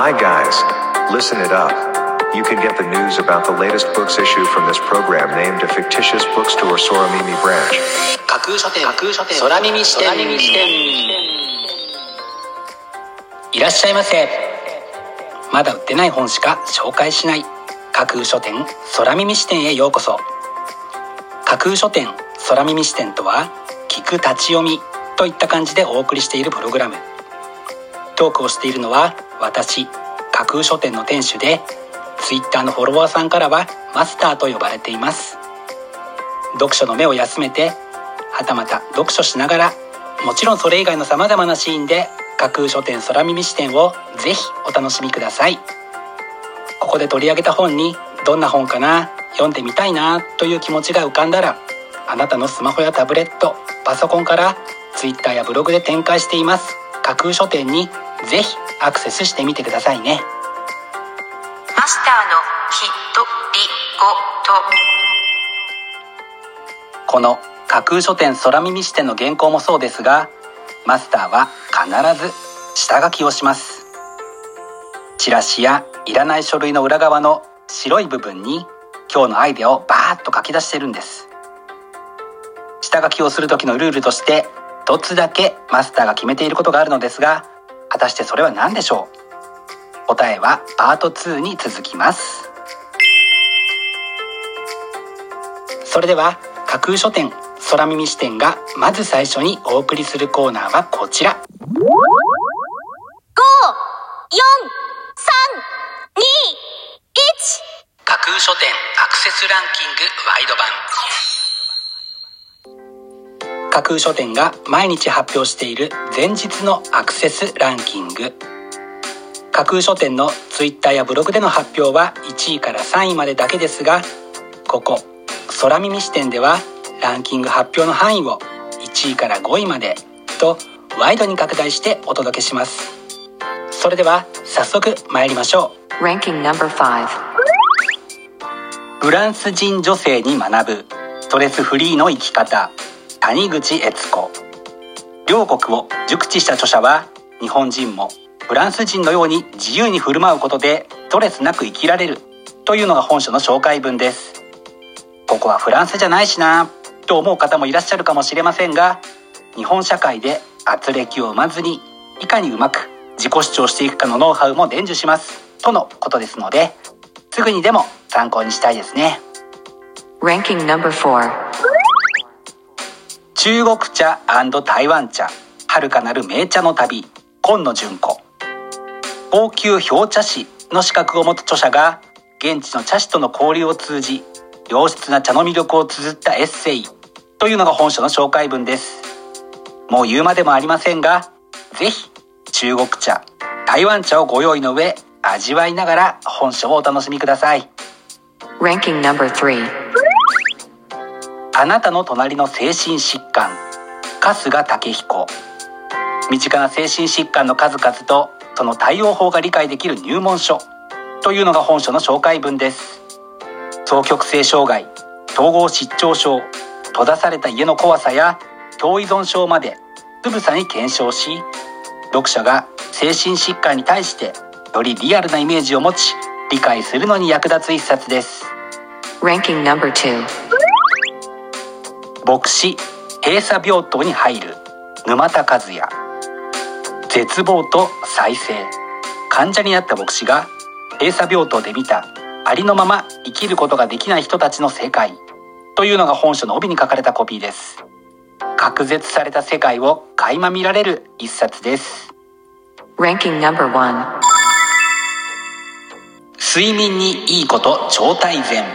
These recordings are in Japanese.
Hi guys, listen it up. You can get the news about the latest books issue from this program named a fictitious bookstore Soramimi branch. 架空書店空耳視点。いらっしゃいませ。まだ売ってない本しか紹介しない架空書店空耳視点へようこそ。架空書店空耳視点とは、聞く立ち読みといった感じでお送りしているプログラム。トークをしているのは私、架空書店の店主で、Twitter のフォロワーさんからはマスターと呼ばれています。読書の目を休めて、はたまた読書しながら、もちろんそれ以外のさまざまなシーンで架空書店空耳視点をぜひお楽しみください。ここで取り上げた本に、どんな本かな、読んでみたいなという気持ちが浮かんだら、あなたのスマホやタブレット、パソコンから Twitter やブログで展開しています架空書店にぜひアクセスしてみてくださいね。 マスターのひとりごと。 この架空書店空耳視点の原稿もそうですが、マスターは必ず下書きをします。チラシやいらない書類の裏側の白い部分に今日のアイデアをバーッと書き出してるんです。下書きをする時のルールとして一つだけマスターが決めていることがあるのですが、果たしてそれは何でしょう。答えはパート2に続きます。それでは架空書店空耳視点がまず最初にお送りするコーナーはこちら。5、4、3、2、1。架空書店アクセスランキングワイド版。架空書店が毎日発表している前日のアクセスランキング。架空書店のツイッターやブログでの発表は1位から3位までだけですが、ここ空耳視点ではランキング発表の範囲を1位から5位までとワイドに拡大してお届けします。それでは早速参りましょう。 ランキング No.5。 フランス人女性に学ぶストレスフリーの生き方、谷口悦子。両国を熟知した著者は、日本人もフランス人のように自由に振る舞うことでストレスなく生きられるというのが本書の紹介文です。ここはフランスじゃないしなと思う方もいらっしゃるかもしれませんが、日本社会で圧力を生まずにいかにうまく自己主張していくかのノウハウも伝授しますとのことですので、すぐにでも参考にしたいですね。 ランキング No.4。 中国茶&台湾茶、遥かなる名茶の旅、今野純子。高級評茶師の資格を持つ著者が、現地の茶師との交流を通じ、良質な茶の魅力を綴ったエッセイというのが本書の紹介文です。もう言うまでもありませんが、ぜひ中国茶、台湾茶をご用意の上、味わいながら本書をお楽しみください。 ランキング No.3。 あなたの隣の精神疾患、春日武彦。身近な精神疾患の数々とその対応法が理解できる入門書というのが本書の紹介文です。双極性障害、統合失調症、閉ざされた家の怖さや共依存症までつぶさに検証し、読者が精神疾患に対してよりリアルなイメージを持ち、理解するのに役立つ一冊です。 ランキング No.2。 牧師閉鎖病棟に入る沼田和也。絶望と再生、患者になった牧師が閉鎖病棟で見たありのまま生きることができない人たちの世界というのが本書の帯に書かれたコピーです。隔絶された世界を垣間見られる一冊です。 ランキング No.1。 睡眠にいいこと超大全。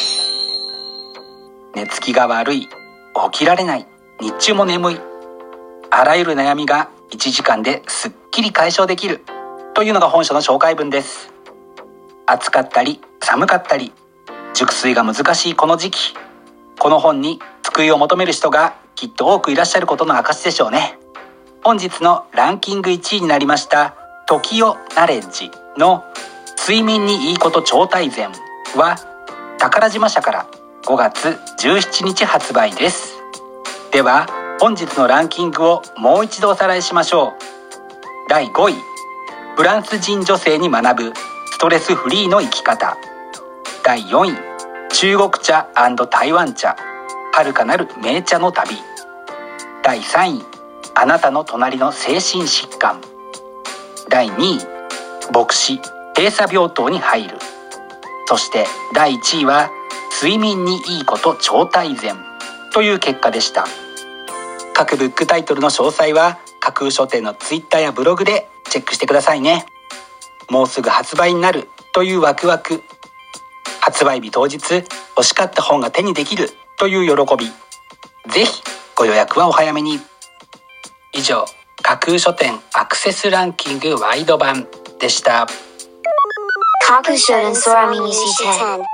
寝つきが悪い、起きられない、日中も眠い、あらゆる悩みが1時間ですっきり解消できるというのが本書の紹介文です。暑かったり寒かったり熟睡が難しいこの時期、この本に救いを求める人がきっと多くいらっしゃることの証でしょうね。本日のランキング1位になりました時代ナレッジの睡眠にいいこと超大全は、宝島社から5月17日発売です。では本日のランキングをもう一度おさらいしましょう。第5位、 フランス人女性に学ぶストレスフリーの生き方。第4位、中国茶&台湾茶、遥かなる名茶の旅。第3位、あなたの隣の精神疾患。第2位、牧師閉鎖病棟に入る。そして第1位は睡眠にいいこと超大全という結果でした。各ブックタイトルの詳細は架空書店のツイッターやブログでチェックしてくださいね。もうすぐ発売になるというワクワク、発売日当日欲しかった本が手にできるという喜び、ぜひご予約はお早めに。以上、架空書店アクセスランキングワイド版でした。 架空書店空耳視点。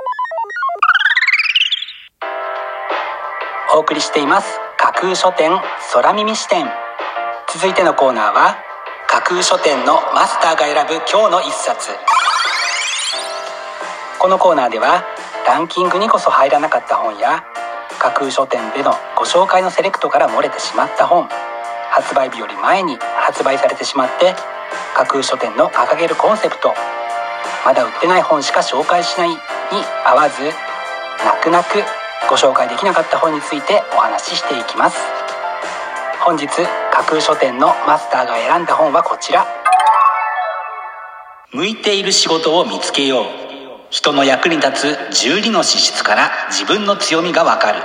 お送りしています架空書店空耳視点。続いてのコーナーは架空書店のマスターが選ぶ今日の一冊。このコーナーではランキングにこそ入らなかった本や架空書店でのご紹介のセレクトから漏れてしまった本、発売日より前に発売されてしまって架空書店の掲げるコンセプト、まだ売ってない本しか紹介しないに合わず、泣く泣くご紹介できなかった本についてお話ししていきます。本日架空書店のマスターが選んだ本はこちら。向いている仕事を見つけよう。人の役に立つ12の資質から自分の強みがわかる。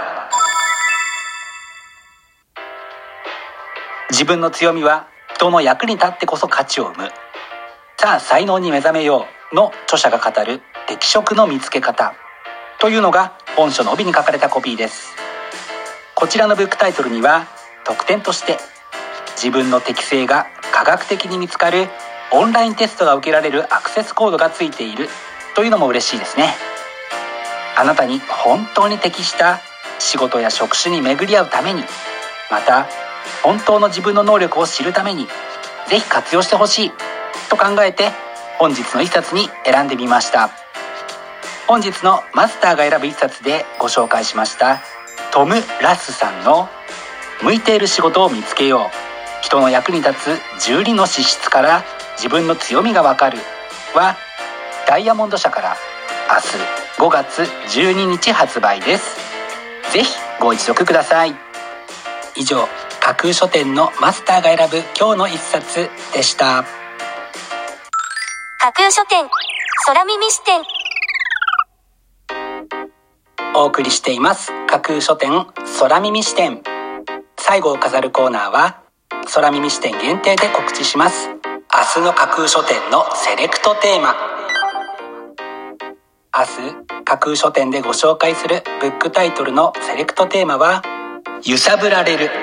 自分の強みは人の役に立ってこそ価値を生む。さあ才能に目覚めようの著者が語る適職の見つけ方というのが本書の帯に書かれたコピーです。こちらのブックタイトルには特典として自分の適性が科学的に見つかるオンラインテストが受けられるアクセスコードがついているというのも嬉しいですね。あなたに本当に適した仕事や職種に巡り合うために、また本当の自分の能力を知るためにぜひ活用してほしいと考えて本日の一冊に選んでみました。本日のマスターが選ぶ一冊でご紹介しましたトム・ラスさんの向いている仕事を見つけよう、人の役に立つ12の資質から自分の強みがわかるはダイヤモンド社から明日5月12日発売です。ぜひご一読ください。以上、架空書店のマスターが選ぶ今日の一冊でした。 架空書店空耳視点。 お送りしています架空書店空耳視点。最後を飾るコーナーは空耳視点限定で告知します。明日の架空書店のセレクトテーマ。明日架空書店でご紹介するブックタイトルのセレクトテーマは揺さぶられる。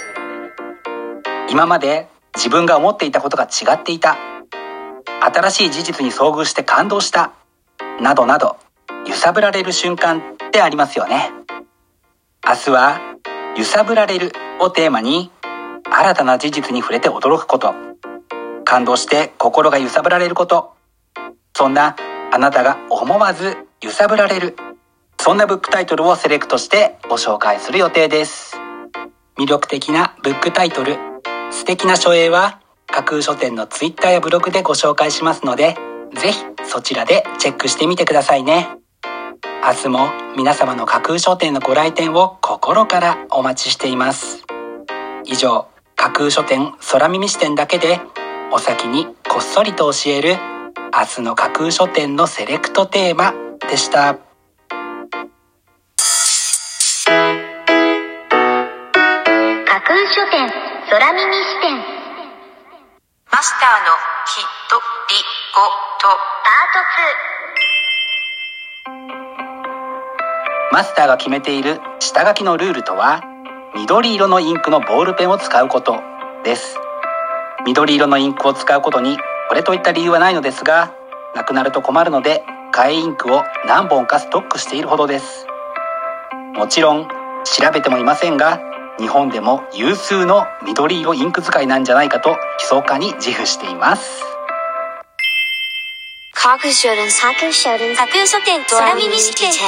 今まで自分が思っていたことが違っていた、新しい事実に遭遇して感動したなどなど、揺さぶられる瞬間ってありますよね。明日は揺さぶられるをテーマに新たな事実に触れて驚くこと、感動して心が揺さぶられること、そんなあなたが思わず揺さぶられる、そんなブックタイトルをセレクトしてご紹介する予定です。魅力的なブックタイトル、素敵な書影は架空書店のツイッターやブログでご紹介しますので、ぜひそちらでチェックしてみてくださいね。明日も皆様の架空書店のご来店を心からお待ちしています。以上、架空書店空耳視点だけでお先にこっそりと教える明日の架空書店のセレクトテーマでした。 架空書店空耳視点。マスターのひとりごとパート2。マスターが決めている下書きのルールとは、緑色のインクのボールペンを使うことです。緑色のインクを使うことにこれといった理由はないのですが、なくなると困るので替えインクを何本かストックしているほどです。もちろん調べてもいませんが、日本でも有数の緑色インク使いなんじゃないかと密かに自負しています。 架空書店空耳視点。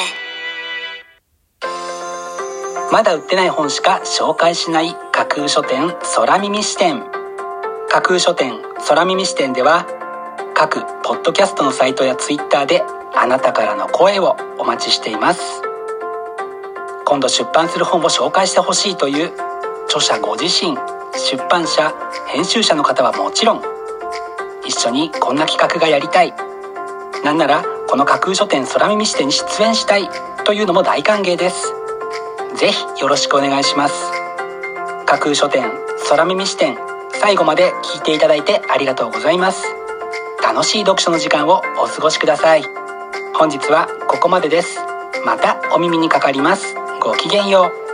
まだ売ってない本しか紹介しない架空書店空耳視点。架空書店空耳視点では各ポッドキャストのサイトやツイッターであなたからの声をお待ちしています。今度出版する本を紹介してほしいという著者ご自身、出版社、編集者の方はもちろん、一緒にこんな企画がやりたい、なんならこの架空書店空耳視点に出演したいというのも大歓迎です。ぜひよろしくお願いします。架空書店空耳視点、最後まで聞いていただいてありがとうございます。楽しい読書の時間をお過ごしください。本日はここまでです。またお耳にかかります。ごきげんよう。